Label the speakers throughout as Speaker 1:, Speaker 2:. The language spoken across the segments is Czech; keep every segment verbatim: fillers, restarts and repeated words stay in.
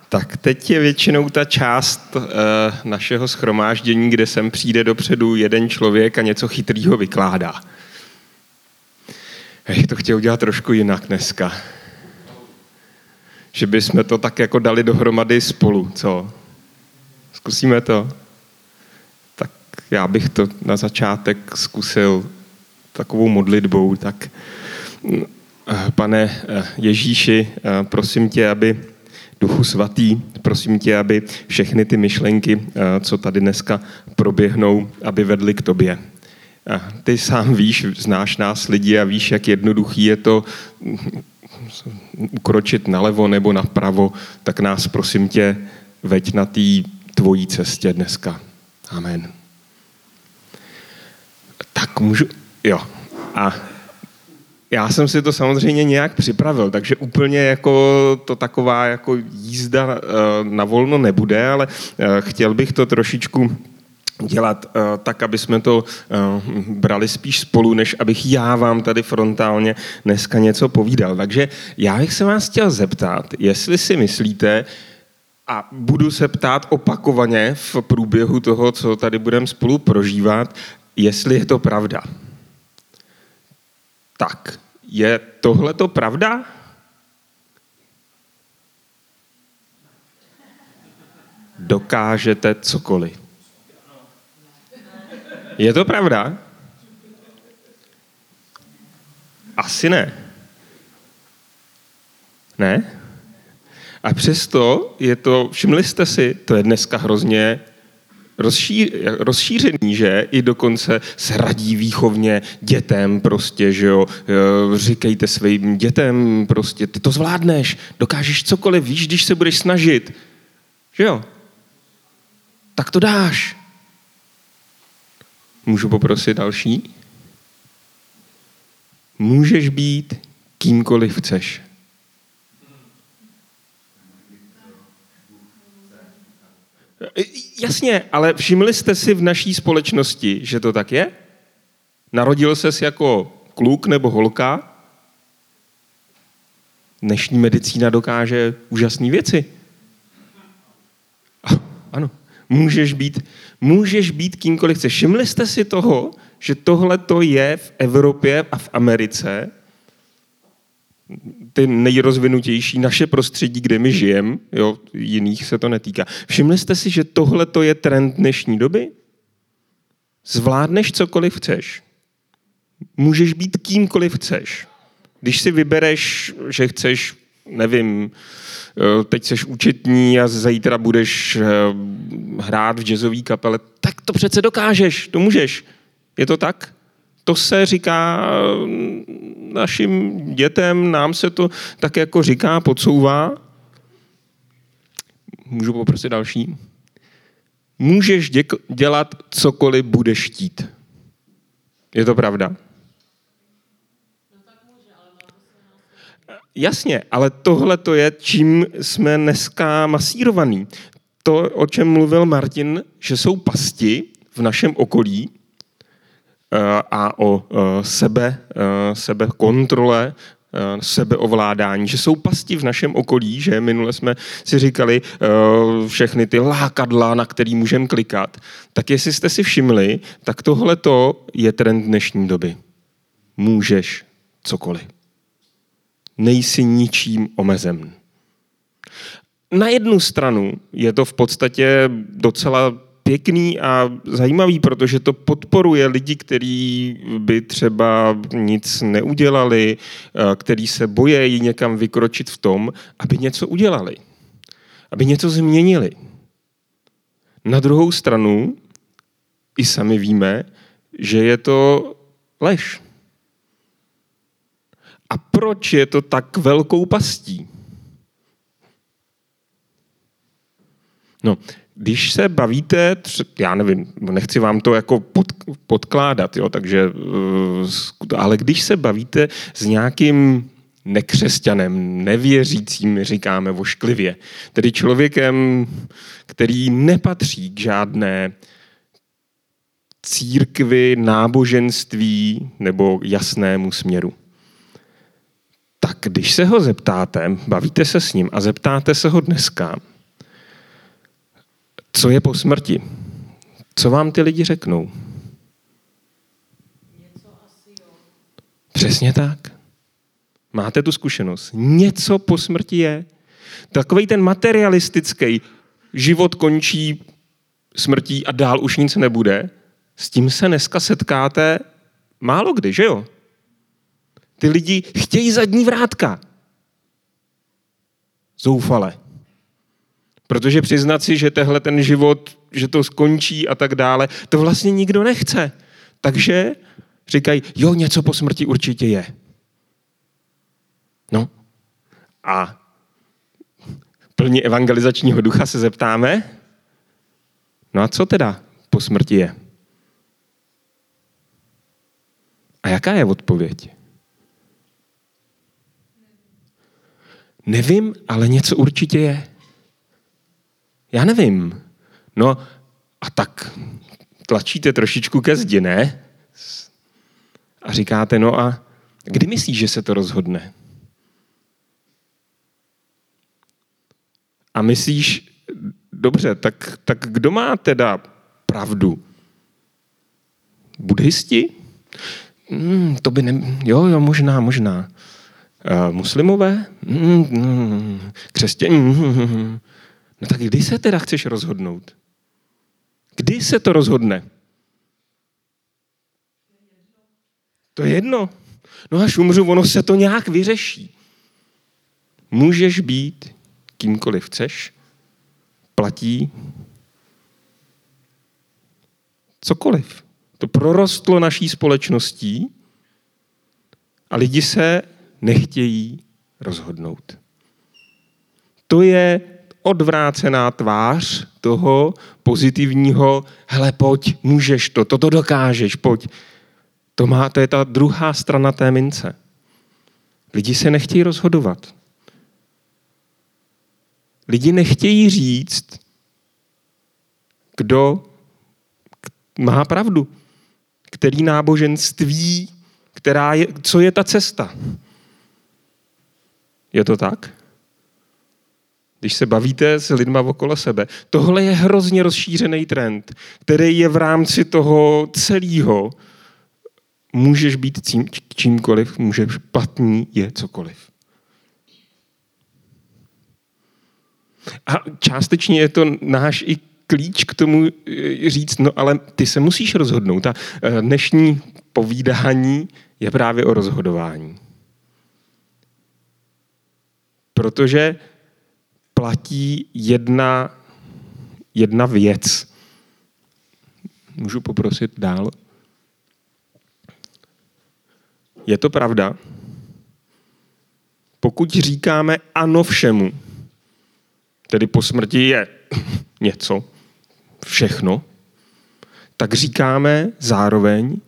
Speaker 1: Tak teď je většinou ta část uh, našeho shromáždění, kde sem přijde dopředu jeden člověk a něco chytrýho vykládá. Já bych to chtěl udělat trošku jinak dneska. Že bychom to tak jako dali dohromady spolu, co? Zkusíme to? Tak já bych to na začátek zkusil takovou modlitbou. Tak, Pane Ježíši, prosím tě, aby Duchu svatý, prosím tě, aby všechny ty myšlenky, co tady dneska proběhnou, aby vedly k tobě. Ty sám víš, znáš nás lidi a víš, jak jednoduchý je to ukročit nalevo nebo napravo, tak nás, prosím tě, veď na té tvojí cestě dneska. Amen. Tak můžu... Jo. A já jsem si to samozřejmě nějak připravil, takže úplně jako to taková jako jízda na volno nebude, ale chtěl bych to trošičku dělat uh, tak, aby jsme to uh, brali spíš spolu, než abych já vám tady frontálně dneska něco povídal. Takže já bych se vás chtěl zeptat, jestli si myslíte, a budu se ptát opakovaně v průběhu toho, co tady budeme spolu prožívat, jestli je to pravda. Tak, je tohleto pravda? Dokážete cokoliv. Je to pravda? Asi ne. Ne? A přesto je to, všimli jste si, to je dneska hrozně rozšíř, rozšířený, že? I dokonce se radí výchovně dětem prostě, že jo, říkejte svým dětem prostě, ty to zvládneš, dokážeš cokoliv, víš, když se budeš snažit, že jo? Tak to dáš. Můžu poprosit další? Můžeš být kýmkoliv chceš. Jasně, ale všimli jste si v naší společnosti, že to tak je? Narodil ses jako kluk nebo holka? Dnešní medicína dokáže úžasné věci. Ano. Můžeš být, můžeš být kýmkoliv chceš. Všimli jste si toho, že tohle to je v Evropě a v Americe, ty nejrozvinutější naše prostředí, kde my žijeme, jo, jiných se to netýká. Všimli jste si, že tohle to je trend dnešní doby? Zvládneš cokoliv chceš. Můžeš být kýmkoliv chceš. Když si vybereš, že chceš, nevím, teď seš účetní a zítra budeš hrát v jazzové kapele, tak to přece dokážeš, to můžeš. Je to tak? To se říká našim dětem, nám se to tak jako říká, podsouvá. Můžu poprosit další? Můžeš dělat cokoliv budeš chtít. Je to pravda? Jasně, ale tohle to je, čím jsme dneska masírovaný. To, o čem mluvil Martin, že jsou pasti v našem okolí a o sebe, sebekontrole, sebeovládání, že jsou pasti v našem okolí, že minule jsme si říkali všechny ty lákadla, na který můžeme klikat. Tak jestli jste si všimli, tak tohle to je trend dnešní doby. Můžeš cokoliv. Nejsi ničím omezen. Na jednu stranu je to v podstatě docela pěkný a zajímavý, protože to podporuje lidi, kteří by třeba nic neudělali, kteří se bojejí někam vykročit v tom, aby něco udělali, aby něco změnili. Na druhou stranu i sami víme, že je to lež. A proč je to tak velkou pastí? No, když se bavíte, já nevím, nechci vám to jako pod, podkládat, jo, takže, ale když se bavíte s nějakým nekřesťanem, nevěřícím, říkáme vošklivě, tedy člověkem, který nepatří k žádné církvi, náboženství nebo jasnému směru. Tak když se ho zeptáte, bavíte se s ním a zeptáte se ho dneska, Co je po smrti? Co vám ty lidi řeknou? Přesně tak. Máte tu zkušenost. Něco po smrti je. Takovej ten materialistický život končí smrtí a dál už nic nebude. S tím se dneska setkáte málo kdy, že jo? Ty lidi chtějí zadní vrátka. Zoufale. Protože přiznat si, že tehle ten život, že to skončí a tak dále, to vlastně nikdo nechce. Takže říkají, jo, něco po smrti určitě je. No. A plně evangelizačního ducha se zeptáme, no a co teda po smrti je? A jaká je odpověď? Nevím, ale něco určitě je. Já nevím. No a tak tlačíte trošičku ke zdi, ne? A říkáte, no a kdy myslíš, že se to rozhodne? A myslíš, dobře, tak, tak kdo má teda pravdu? Buddhisti? Hmm, to by ne... Jo, jo, možná, možná. Uh, muslimové? Hmm, hmm, křesťané? Hmm. No tak kdy se teda chceš rozhodnout? Kdy se to rozhodne? To je jedno. No až umřu, ono se to nějak vyřeší. Můžeš být kýmkoliv chceš, platí cokoliv. To prorostlo naší společností a lidi se nechtějí rozhodnout. To je odvrácená tvář toho pozitivního, hele, pojď, můžeš to, toto dokážeš, pojď. To, má, to je ta druhá strana té mince. Lidi se nechtějí rozhodovat. Lidi nechtějí říct, kdo má pravdu, který náboženství, která je, co je ta cesta. Je to tak? Když se bavíte s lidma okolo sebe. Tohle je hrozně rozšířený trend, který je v rámci toho celého. Můžeš být tím, čímkoliv, můžeš špatný je cokoliv. A částečně je to náš i klíč k tomu říct, no ale ty se musíš rozhodnout. A dnešní povídání je právě o rozhodování. Protože platí jedna, jedna věc. Můžu poprosit dál? Je to pravda? Pokud říkáme ano všemu, tedy po smrti je něco, všechno, tak říkáme zároveň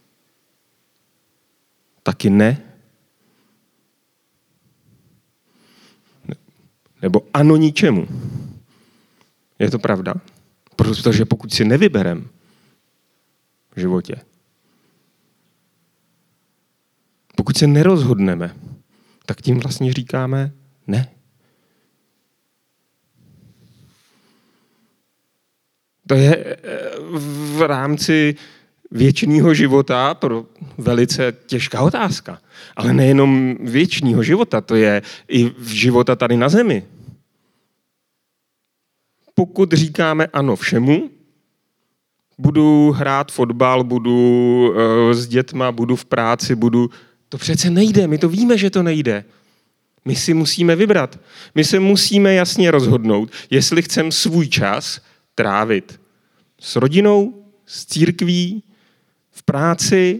Speaker 1: taky ne. Nebo ano ničemu. Je to pravda? Protože pokud si nevyberem v životě, pokud se nerozhodneme, tak tím vlastně říkáme ne. To je v rámci věčného života pro velice těžká otázka. Ale nejenom věčného života, to je i v života tady na zemi. Pokud říkáme ano všemu, budu hrát fotbal, budu uh, s dětma, budu v práci, budu... To přece nejde, my to víme, že to nejde. My si musíme vybrat. My se musíme jasně rozhodnout, jestli chceme svůj čas trávit s rodinou, s církví, v práci.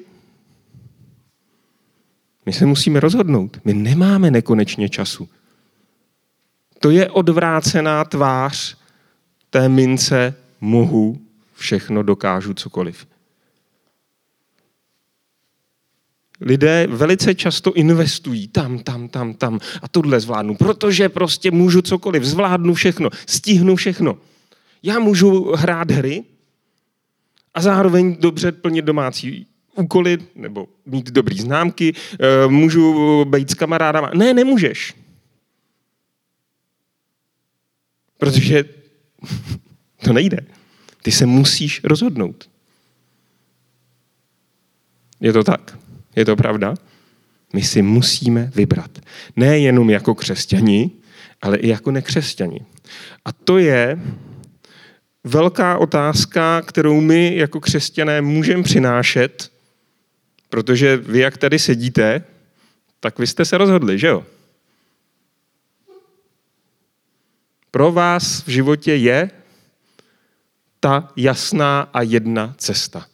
Speaker 1: My se musíme rozhodnout. My nemáme nekonečně času. To je odvrácená tvář té mince mohu, všechno dokážu, cokoliv. Lidé velice často investují tam, tam, tam, tam a tohle zvládnu, protože prostě můžu cokoliv, zvládnu všechno, stihnu všechno. Já můžu hrát hry a zároveň dobře plnit domácí úkoly nebo mít dobrý známky, můžu být s kamarádama. Ne, nemůžeš. Protože To nejde. Ty se musíš rozhodnout. Je to tak? Je to pravda? My si musíme vybrat. Ne jenom jako křesťani, ale i jako nekřesťani. A to je velká otázka, kterou my jako křesťané můžeme přinášet, protože vy, jak tady sedíte, tak vy jste se rozhodli, že jo? Pro vás v životě je ta jasná a jedna cesta.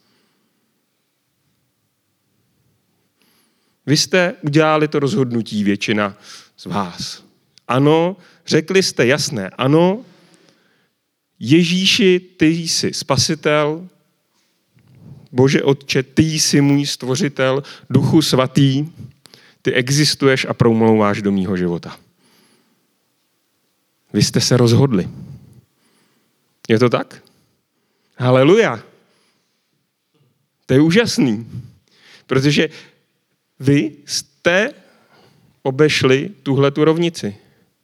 Speaker 1: Vy jste udělali to rozhodnutí, většina z vás. Ano, řekli jste jasné ano, Ježíši, ty jsi spasitel, Bože Otče, ty jsi můj stvořitel, Duchu svatý, ty existuješ a promlouváš do mýho života. Vy jste se rozhodli. Je to tak? Haleluja. To je úžasný, protože vy jste obešli tuhletu rovnici.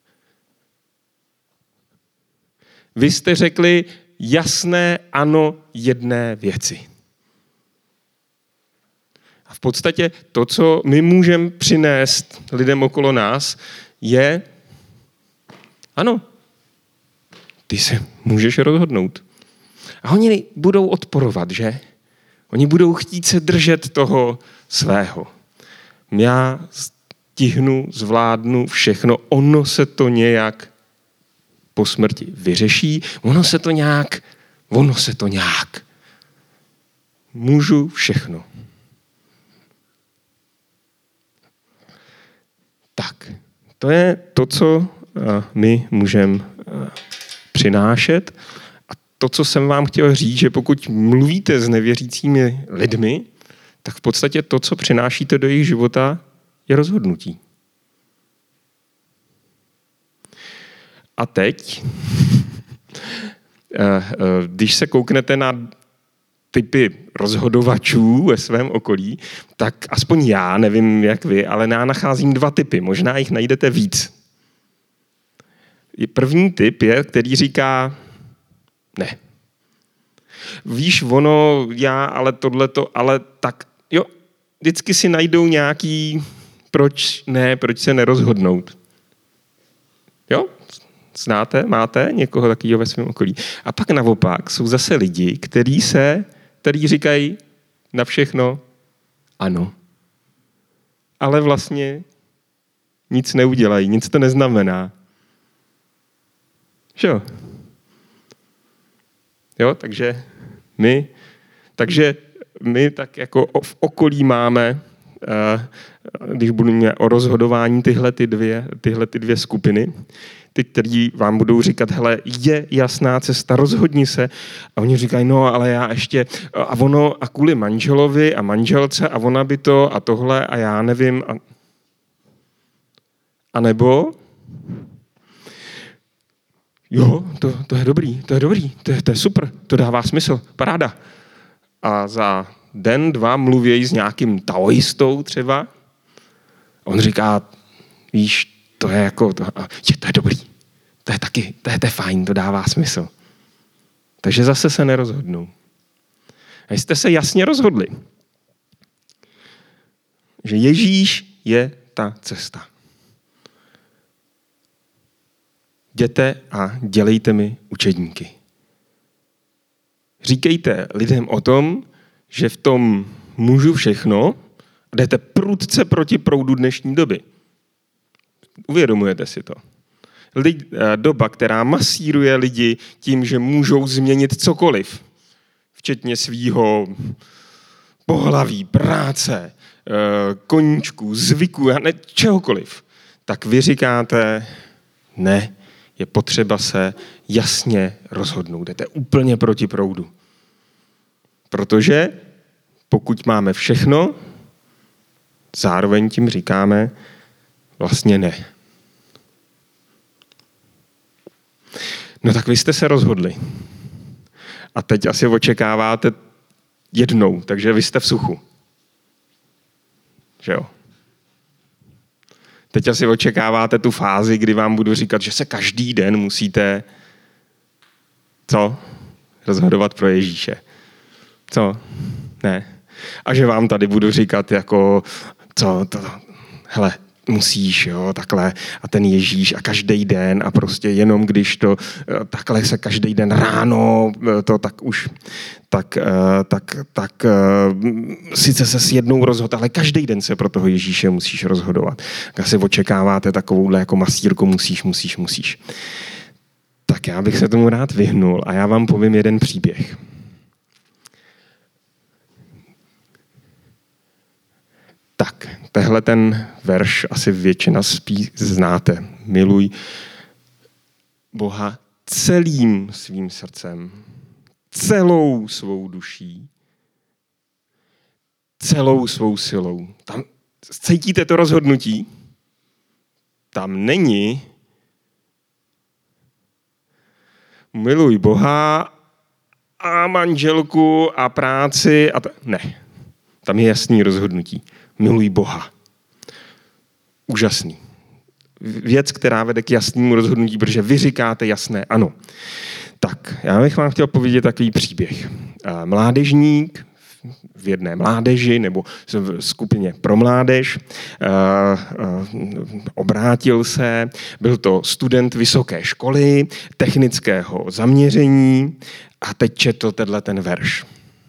Speaker 1: Vy jste řekli jasné ano jedné věci. A v podstatě to, co my můžeme přinést lidem okolo nás, je ano, ty se můžeš rozhodnout. A oni budou odporovat, že? Oni budou chtít se držet toho svého. Já stihnu, zvládnu všechno, ono se to nějak po smrti vyřeší, ono se to nějak, ono se to nějak. Můžu všechno. Tak, to je to, co my můžeme přinášet. A to, co jsem vám chtěl říct, že pokud mluvíte s nevěřícími lidmi, tak v podstatě to, co přinášíte do jejich života, je rozhodnutí. A teď, když se kouknete na typy rozhodovačů ve svém okolí, tak aspoň já, nevím jak vy, ale já nacházím dva typy. Možná jich najdete víc. První typ je, který říká ne. Víš, ono, já, ale tohleto, ale tak, jo, vždycky si najdou nějaký, proč ne, proč se nerozhodnout. Jo? Znáte, máte někoho takového ve svém okolí. A pak naopak jsou zase lidi, kteří se, kteří říkají na všechno ano. Ale vlastně nic neudělají, nic to neznamená. Že jo? Jo, takže my, takže my tak jako v okolí máme, když budeme o rozhodování tyhle ty dvě, tyhle ty dvě skupiny, ty, kteří vám budou říkat, hele, je jasná cesta, rozhodni se. A oni říkají, no, ale já ještě, a ono, a kvůli manželovi a manželce, a ona by to, a tohle, a já nevím. A, a nebo, jo, to, to je dobrý, to je dobrý, to je, to je super, to dává smysl, paráda. A za den, dva mluví s nějakým taoistou třeba. On říká, víš, to je jako, to, je, to je dobrý, to je taky, to je, to je fajn, to dává smysl. Takže zase se nerozhodnou. A jste se jasně rozhodli, že Ježíš je ta cesta. Jděte a dělejte mi učedníky. Říkejte lidem o tom, že v tom můžu všechno a jdete prudce proti proudu dnešní doby. Uvědomujete si to? Lid, doba, která masíruje lidi tím, že můžou změnit cokoliv, včetně svýho pohlaví, práce, koníčků, zvyků, ne, čehokoliv, tak vy říkáte, ne, je potřeba se jasně rozhodnout. Jdete úplně proti proudu. Protože pokud máme všechno, zároveň tím říkáme vlastně ne. No tak vy jste se rozhodli. A teď asi očekáváte jednou, takže vy jste v suchu. Že jo? Teď asi očekáváte tu fázi, kdy vám budu říkat, že se každý den musíte co? rozhodovat pro Ježíše. Co? Ne. A že vám tady budu říkat jako, co, to, hele, musíš, jo, takhle, a ten Ježíš a každý den a prostě jenom když to takhle se každý den ráno, to tak už, tak, tak, tak sice se s jednou rozhodl, ale každý den se pro toho Ježíše musíš rozhodovat. Tak asi očekáváte takovouhle jako masírku, musíš, musíš, musíš. Tak já bych se tomu rád vyhnul a já vám povím jeden příběh. Tak, tehle ten verš asi většina spí znáte. Miluj Boha celým svým srdcem, celou svou duší, celou svou silou. Tam cítíte to rozhodnutí? Tam není miluj Boha a manželku a práci a t- ne. Tam je jasný rozhodnutí. Miluj Boha. Úžasný. Věc, která vede k jasnému rozhodnutí, protože vy říkáte jasné ano. Tak, já bych vám chtěl povědět takový příběh. Mládežník v jedné mládeži nebo v skupině pro mládež obrátil se, byl to student vysoké školy, technického zaměření a teď četl tenhle ten verš.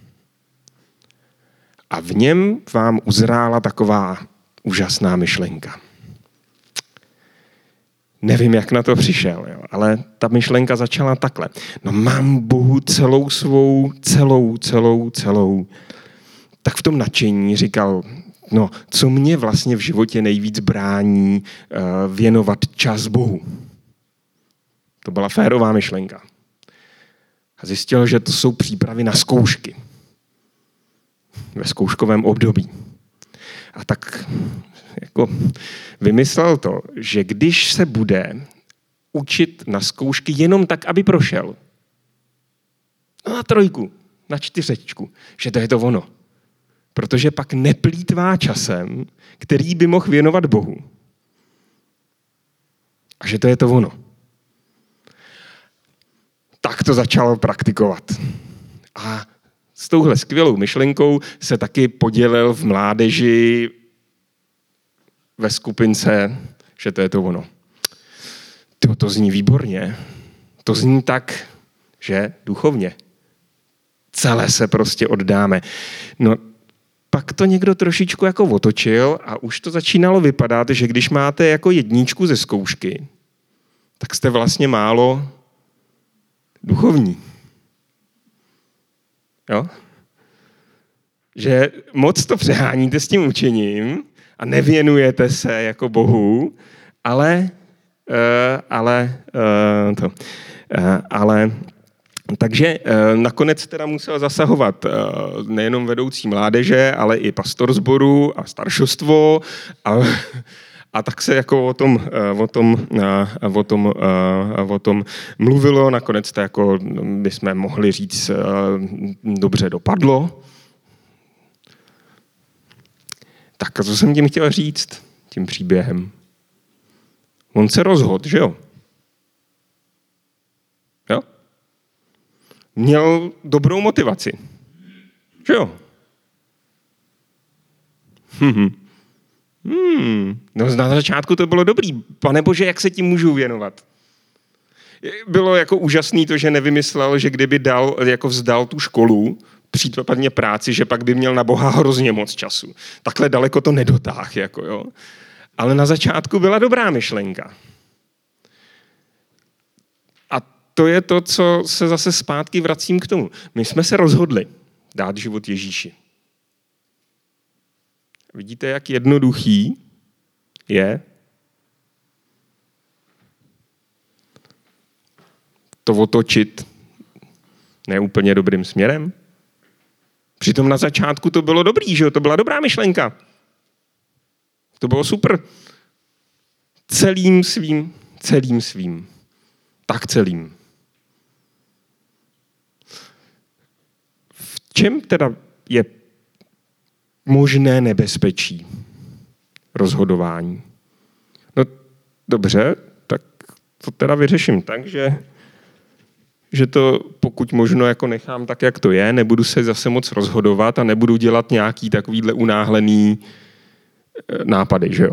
Speaker 1: A v něm vám uzrála taková úžasná myšlenka. Nevím, jak na to přišel, jo, ale ta myšlenka začala takhle. No mám Bohu celou svou, celou, celou, celou. Tak v tom nadšení říkal, no co mě vlastně v životě nejvíc brání uh, věnovat čas Bohu. To byla férová myšlenka. A zjistil, že to jsou přípravy na zkoušky. Ve zkouškovém období. A tak jako vymyslel to, že když se bude učit na zkoušky jenom tak, aby prošel, no na trojku, na čtyřečku, že to je to ono. Protože pak neplýtvá časem, který by mohl věnovat Bohu. A že to je to ono. Tak to začalo praktikovat. A s touhle skvělou myšlenkou se taky podělil v mládeži ve skupince, že to je to ono. Tyjo, to zní výborně. To zní tak, že duchovně. Celé se prostě oddáme. No, pak to někdo trošičku jako otočil a už to začínalo vypadat, že když máte jako jedničku ze zkoušky, tak jste vlastně málo duchovní. Jo? Že moc to přeháníte s tím učením a nevěnujete se jako Bohu, ale, uh, ale, uh, to, uh, ale takže uh, nakonec teda musel zasahovat uh, nejenom vedoucí mládeže, ale i pastor sboru a staršostvo a A tak se jako o tom, o tom, o tom, o tom mluvilo. Nakonec to jako bychom mohli říct dobře dopadlo. Tak a co jsem tím chtěl říct tím příběhem? On se rozhodl, že jo? Jo? Měl dobrou motivaci. Že jo? Hm. Hmm, no na začátku to bylo dobrý. Pane Bože, jak se tím můžu věnovat? Bylo jako úžasný to, že nevymyslel, že kdyby dal, jako vzdal tu školu, případně práci, že pak by měl na Boha hrozně moc času. Takhle daleko to nedotáh, jako jo. Ale na začátku byla dobrá myšlenka. A to je to, co se zase zpátky vracím k tomu. My jsme se rozhodli dát život Ježíši. Vidíte, jak jednoduchý je to otočit neúplně dobrým směrem? Přitom na začátku to bylo dobrý, že jo? To byla dobrá myšlenka. To bylo super. Celým svým, celým svým. Tak celým. V čem teda je možné nebezpečí rozhodování? No dobře, tak to teda vyřeším tak, že že to pokud možno jako nechám tak, jak to je, nebudu se zase moc rozhodovat a nebudu dělat nějaký takovýhle unáhlený nápady, že jo.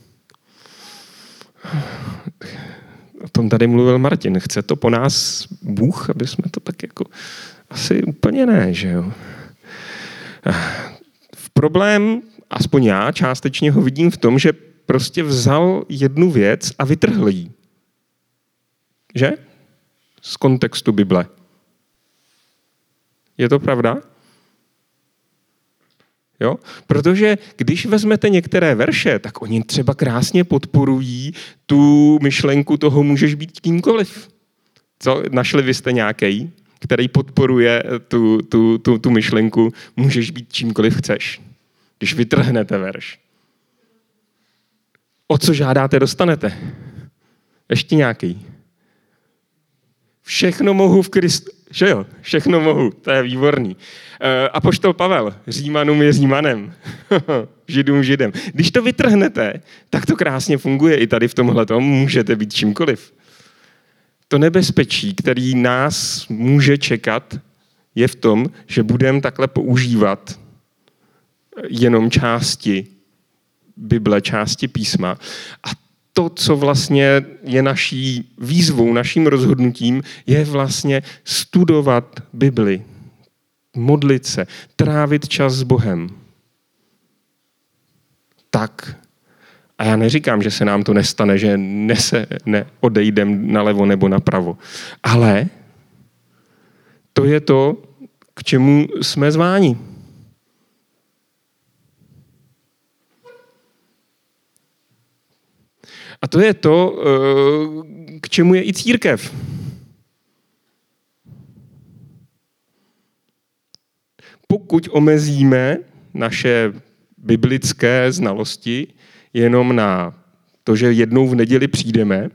Speaker 1: O tom tady mluvil Martin. Chce to po nás Bůh, aby jsme to tak jako... Asi úplně ne, že jo. V problém, aspoň já částečně ho vidím v tom, že prostě vzal jednu věc a vytrhl ji. Že? Z kontextu Bible. Je to pravda? Jo? Protože když vezmete některé verše, tak oni třeba krásně podporují tu myšlenku toho můžeš být kýmkoliv. Co? Našli vy jste nějaký, který podporuje tu, tu, tu, tu myšlenku můžeš být čímkoliv chceš. Když vytrhnete verš. O co žádáte, dostanete. Ještě nějaký. Všechno mohu v Kristu. Že jo? Všechno mohu. To je výborný. E, apoštol Pavel. Římanům je Římanem. Židům Židem. Když to vytrhnete, tak to krásně funguje. I tady v tomhletom můžete být čímkoliv. To nebezpečí, který nás může čekat, je v tom, že budeme takhle používat jenom části Bible, části písma. A to, co vlastně je naší výzvou, naším rozhodnutím, je vlastně studovat Bibli, modlit se, trávit čas s Bohem. Tak, a já neříkám, že se nám to nestane, že nese, neodejdem nalevo nebo napravo, ale to je to, k čemu jsme zváni. A to je to, k čemu je i církev. Pokud omezíme naše biblické znalosti jenom na to, že jednou v neděli přijdeme,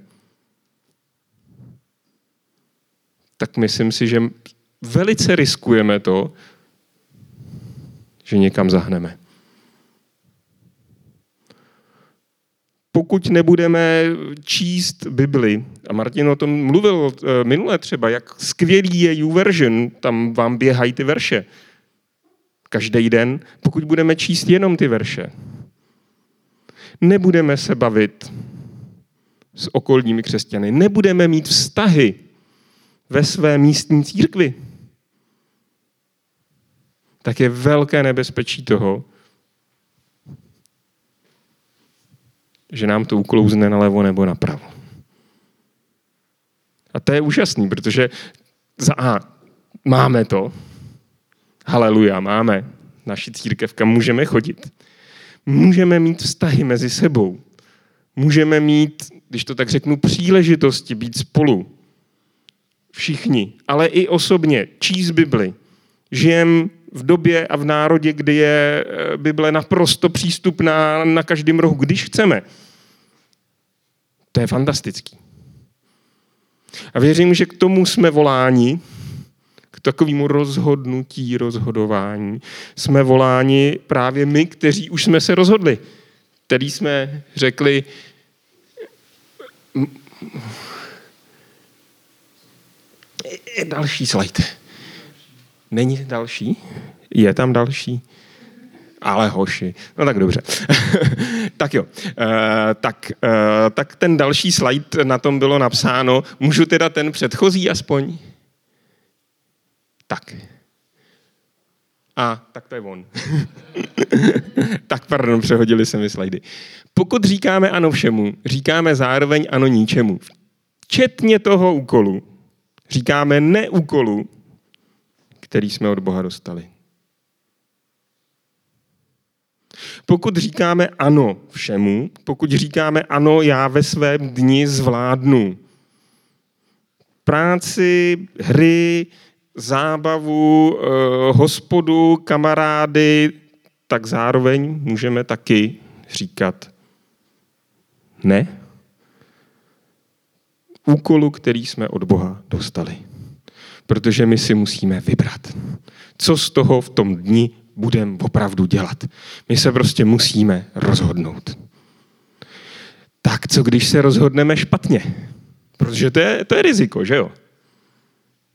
Speaker 1: tak myslím si, že velice riskujeme to, že někam zahneme. Pokud nebudeme číst Bibli, a Martin o tom mluvil minule třeba, jak skvělý je YouVersion, tam vám běhají ty verše každý den, pokud budeme číst jenom ty verše. Nebudeme se bavit s okolními křesťany, nebudeme mít vztahy ve své místní církvi, tak je velké nebezpečí toho, že nám to uklouzne nalevo nebo napravo. A to je úžasný, protože za A máme to, haleluja, máme naši církev, kam můžeme chodit. Můžeme mít vztahy mezi sebou. Můžeme mít, když to tak řeknu, příležitosti být spolu. Všichni, ale i osobně, číst Bibli. Žijem v době a v národě, kdy je Bible naprosto přístupná na každém rohu, když chceme. To je fantastický. A věřím, že k tomu jsme voláni, k takovému rozhodnutí, rozhodování, jsme voláni právě my, kteří už jsme se rozhodli. Který jsme řekli, je další slide. Není další? Je tam další? Ale hoši. No tak dobře. Tak jo. Uh, tak, uh, tak ten další slide, na tom bylo napsáno, můžu teda ten předchozí aspoň? Tak. A, tak to je on. Tak pardon, přehodili se mi slajdy. Pokud říkáme ano všemu, říkáme zároveň ano ničemu. Včetně toho úkolu. Říkáme ne úkolu, který jsme od Boha dostali. Pokud říkáme ano všemu, pokud říkáme ano, já ve svém dni zvládnu práci, hry, zábavu, eh, hospodu, kamarády, tak zároveň můžeme taky říkat ne úkolu, který jsme od Boha dostali. Protože my si musíme vybrat, co z toho v tom dni budeme opravdu dělat. My se prostě musíme rozhodnout. Tak co, když se rozhodneme špatně? Protože to je, to je riziko, že jo?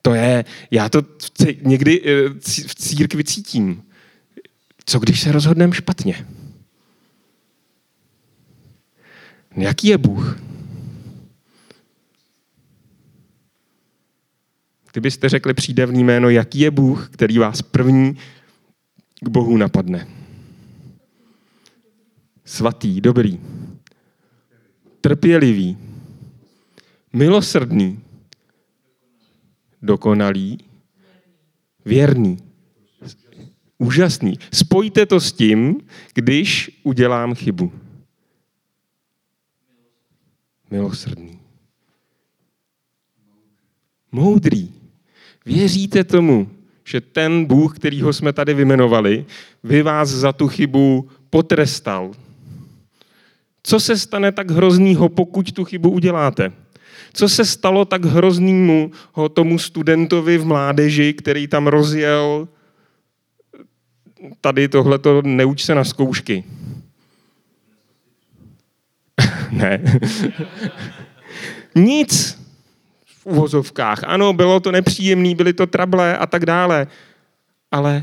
Speaker 1: To je, já to někdy v církvi cítím. Co když se rozhodneme špatně? Jaký je Bůh? Kdybyste řekli přídavný jméno, jaký je Bůh, který vás první k Bohu napadne? Svatý, dobrý, trpělivý, milosrdný, dokonalý, věrný, úžasný. Spojte to s tím, když udělám chybu. Milosrdný. Moudrý. Věříte tomu, že ten Bůh, kterýho jsme tady vyjmenovali, by vás za tu chybu potrestal. Co se stane tak hroznýho, pokud tu chybu uděláte? Co se stalo tak hroznýmu tomu studentovi v mládeži, který tam rozjel tady tohleto neuč se na zkoušky? Ne. Nic v uvozovkách. Ano, bylo to nepříjemné, byly to trable a tak dále. Ale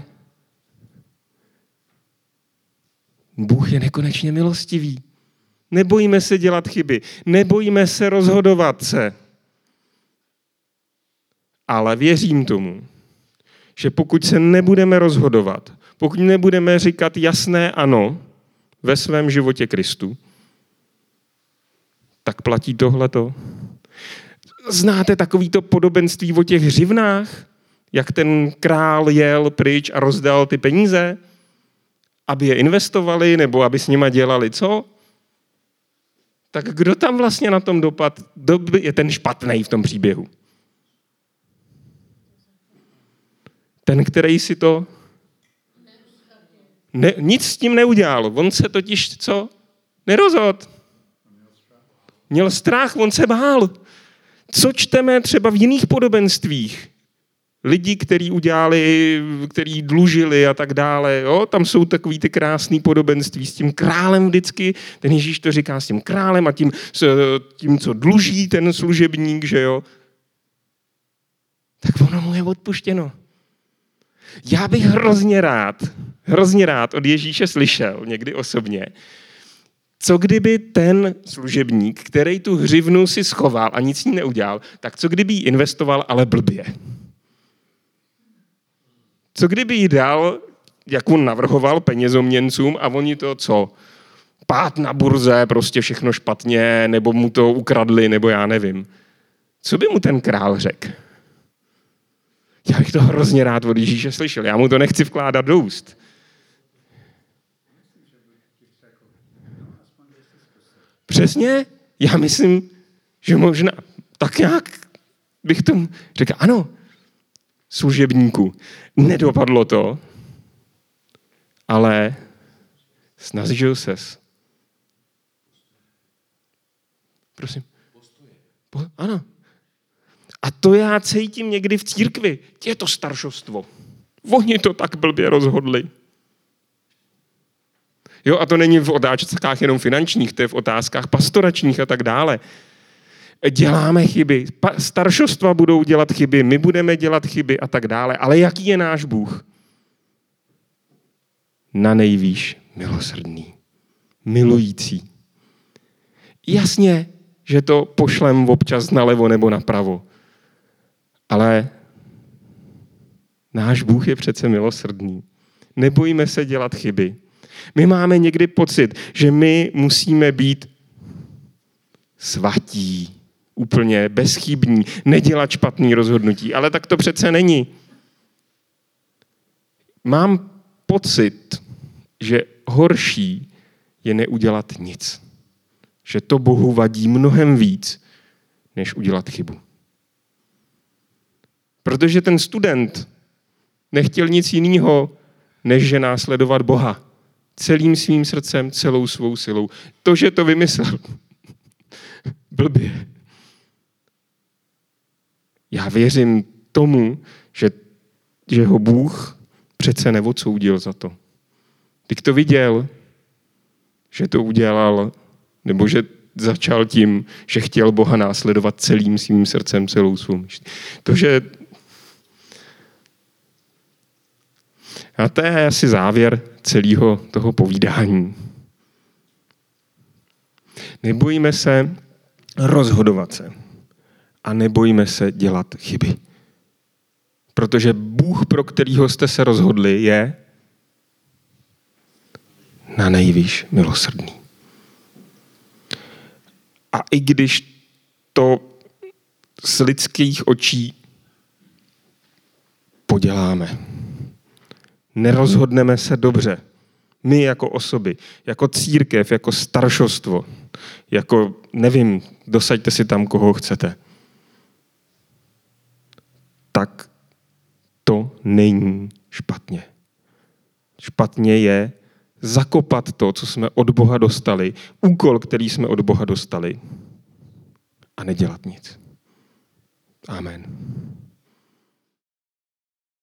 Speaker 1: Bůh je nekonečně milostivý. Nebojíme se dělat chyby. Nebojíme se rozhodovat se. Ale věřím tomu, že pokud se nebudeme rozhodovat, pokud nebudeme říkat jasné ano ve svém životě Kristu, tak platí tohleto. Znáte takovýto podobenství o těch hřivnách? Jak ten král jel pryč a rozdal ty peníze? Aby je investovali nebo aby s nima dělali co? Tak kdo tam vlastně na tom dopad? Kdo je ten špatný v tom příběhu? Ten, který si to ne, nic s tím neudělal. On se totiž co? Nerozhodl. Měl strach, on se bál. Co čteme třeba v jiných podobenstvích? Lidi, kteří udělali, kteří dlužili a tak dále. Jo? Tam jsou takový ty krásný podobenství s tím králem vždycky. Ten Ježíš to říká s tím králem a tím, s tím co dluží ten služebník, že jo. Tak ono mu je odpuštěno. Já bych hrozně rád, hrozně rád od Ježíše slyšel někdy osobně, co kdyby ten služebník, který tu hřivnu si schoval a nic ní neudělal, tak co kdyby ji investoval, ale blbě? Co kdyby ji dal, jak on navrhoval, penězoměncům a oni to co? Pád na burze, prostě všechno špatně, nebo mu to ukradli, nebo já nevím. Co by mu ten král řekl? Já bych to hrozně rád od Ježíše slyšel. Já mu to nechci vkládat do úst. Přesně? Já myslím, že možná tak nějak bych tomu řekl, ano, služebníku, nedopadlo to, ale snažil ses. Prosím. Po, ano. A to já cítím někdy v církvi. Je to staršostvo. Oni to tak blbě rozhodli. Jo, a to není v otázkách jenom finančních, to je v otázkách pastoračních a tak dále. Děláme chyby. Staršostva budou dělat chyby, my budeme dělat chyby a tak dále. Ale jaký je náš Bůh? Na nejvýš milosrdný. Milující. Jasně, že to pošlem občas nalevo nebo napravo. Ale náš Bůh je přece milosrdný. Nebojíme se dělat chyby. My máme někdy pocit, že my musíme být svatí, úplně bezchybní, nedělat špatný rozhodnutí. Ale tak to přece není. Mám pocit, že horší je neudělat nic. Že to Bohu vadí mnohem víc, než udělat chybu. Protože ten student nechtěl nic jiného, než že následovat Boha. Celým svým srdcem, celou svou silou. To, že to vymyslel, blbě. Já věřím tomu, že, že ho Bůh přece neodsoudil za to. Když to viděl, že to udělal, nebo že začal tím, že chtěl Boha následovat celým svým srdcem, celou svou myšlí. To, že A to je asi závěr celého toho povídání. Nebojíme se rozhodovat se a nebojíme se dělat chyby. Protože Bůh, pro kterýho jste se rozhodli, je na nejvýš milosrdný. A i když to z lidských očí poděláme, nerozhodneme se dobře, my jako osoby, jako církev, jako staršostvo, jako, nevím, dosaďte si tam, koho chcete, tak to není špatně. Špatně je zakopat to, co jsme od Boha dostali, úkol, který jsme od Boha dostali, a nedělat nic. Amen.